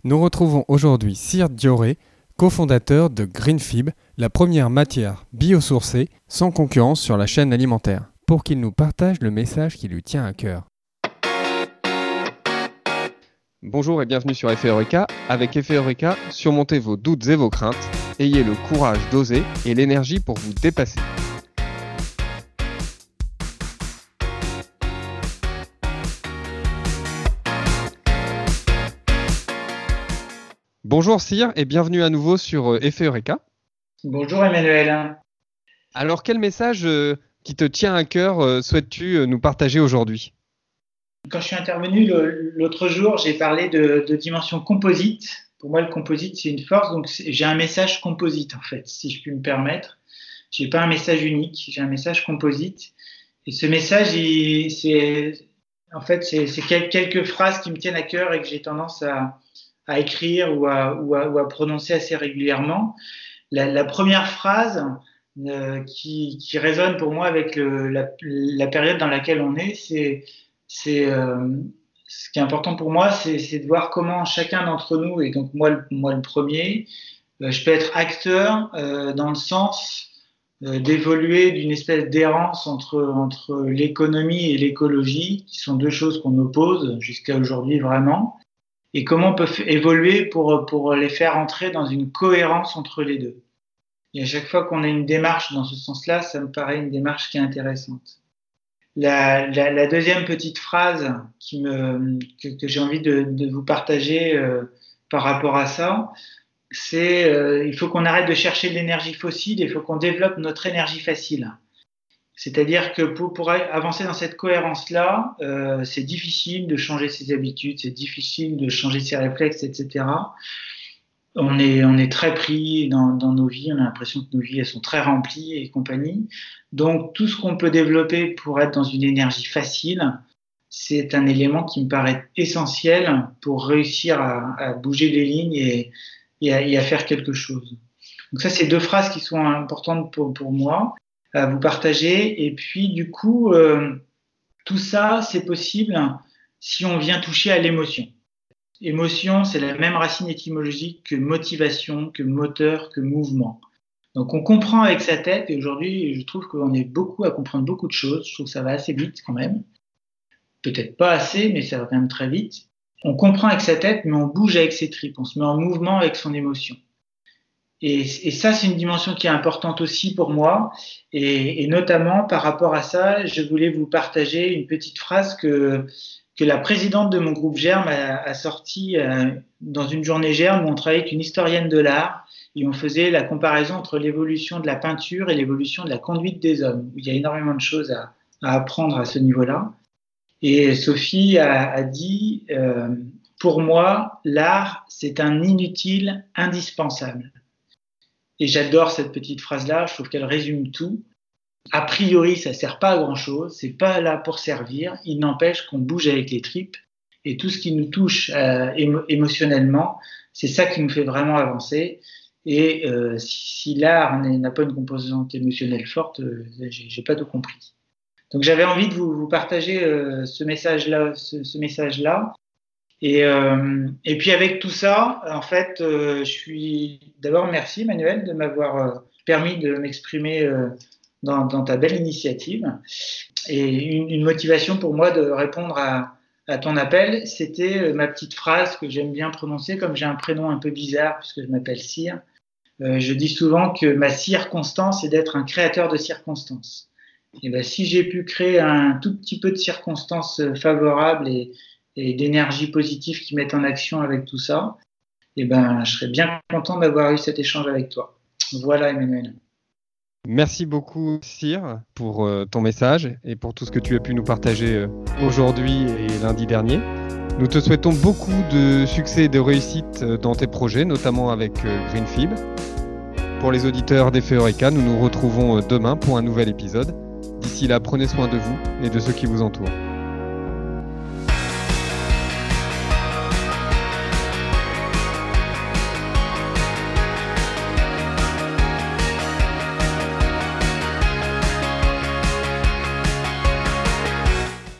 Nous retrouvons aujourd'hui Cyr Dioré, cofondateur de Greenfib, la première matière biosourcée sans concurrence sur la chaîne alimentaire, pour qu'il nous partage le message qui lui tient à cœur. Bonjour et bienvenue sur Effet Eureka. Avec Effet Eureka, surmontez vos doutes et vos craintes, ayez le courage d'oser et l'énergie pour vous dépasser. Bonjour Cyr et bienvenue à nouveau sur Effet Eureka. Bonjour Emmanuel. Alors quel message qui te tient à cœur souhaites-tu nous partager aujourd'hui ? Quand je suis intervenu l'autre jour, j'ai parlé de dimension composite. Pour moi, le composite, c'est une force. Donc, j'ai un message composite, en fait, si je puis me permettre. J'ai pas un message unique, j'ai un message composite. Et ce message, c'est quelques phrases qui me tiennent à cœur et que j'ai tendance à écrire ou à prononcer assez régulièrement. La première phrase qui résonne pour moi avec la période dans laquelle on est, ce qui est important pour moi, c'est de voir comment chacun d'entre nous, et donc moi le premier, je peux être acteur dans le sens d'évoluer d'une espèce d'errance entre l'économie et l'écologie, qui sont deux choses qu'on oppose jusqu'à aujourd'hui vraiment, et comment on peut évoluer pour les faire entrer dans une cohérence entre les deux. Et à chaque fois qu'on a une démarche dans ce sens-là, ça me paraît une démarche qui est intéressante. La deuxième petite phrase que j'ai envie de vous partager par rapport à ça, c'est il faut qu'on arrête de chercher de l'énergie fossile, il faut qu'on développe notre énergie facile. C'est-à-dire que pour avancer dans cette cohérence-là, c'est difficile de changer ses habitudes, c'est difficile de changer ses réflexes, etc. On est très pris dans nos vies, on a l'impression que nos vies elles sont très remplies et compagnie. Donc tout ce qu'on peut développer pour être dans une énergie facile, c'est un élément qui me paraît essentiel pour réussir à bouger les lignes et à faire quelque chose. Donc ça, c'est deux phrases qui sont importantes pour moi à vous partager. Et puis du coup, tout ça, c'est possible si on vient toucher à l'émotion. Émotion, c'est la même racine étymologique que motivation, que moteur, que mouvement. Donc on comprend avec sa tête, et aujourd'hui je trouve qu'on est beaucoup à comprendre beaucoup de choses, je trouve que ça va assez vite quand même, peut-être pas assez, mais ça va quand même très vite. On comprend avec sa tête, mais on bouge avec ses tripes, on se met en mouvement avec son émotion. Et ça, c'est une dimension qui est importante aussi pour moi, et notamment par rapport à ça, je voulais vous partager une petite phrase que la présidente de mon groupe Germe a sorti dans une journée Germe où on travaillait avec une historienne de l'art et on faisait la comparaison entre l'évolution de la peinture et l'évolution de la conduite des hommes. Il y a énormément de choses à apprendre à ce niveau-là. Et Sophie a dit pour moi, l'art, c'est un inutile indispensable. Et j'adore cette petite phrase-là, je trouve qu'elle résume tout. A priori, ça sert pas à grand-chose, c'est pas là pour servir, il n'empêche qu'on bouge avec les tripes et tout ce qui nous touche émotionnellement, c'est ça qui nous fait vraiment avancer. Et si l'art n'a pas une composante émotionnelle forte, j'ai pas tout compris. Donc j'avais envie de vous partager ce message-là. Et puis avec tout ça, en fait, je suis d'abord merci Emmanuel de m'avoir permis de m'exprimer dans ta belle initiative. Et une motivation pour moi de répondre à ton appel, c'était ma petite phrase que j'aime bien prononcer, comme j'ai un prénom un peu bizarre, puisque je m'appelle Cyr. Je dis souvent que ma circonstance est d'être un créateur de circonstances. Et ben, si j'ai pu créer un tout petit peu de circonstances favorables et d'énergie positive qui mettent en action avec tout ça, et ben, je serais bien content d'avoir eu cet échange avec toi. Voilà Emmanuel. Merci beaucoup Cyr pour ton message et pour tout ce que tu as pu nous partager aujourd'hui et lundi dernier. Nous te souhaitons beaucoup de succès et de réussite dans tes projets, notamment avec Greenfib. Pour les auditeurs d'Effet Eureka, nous nous retrouvons demain pour un nouvel épisode. D'ici là, prenez soin de vous et de ceux qui vous entourent.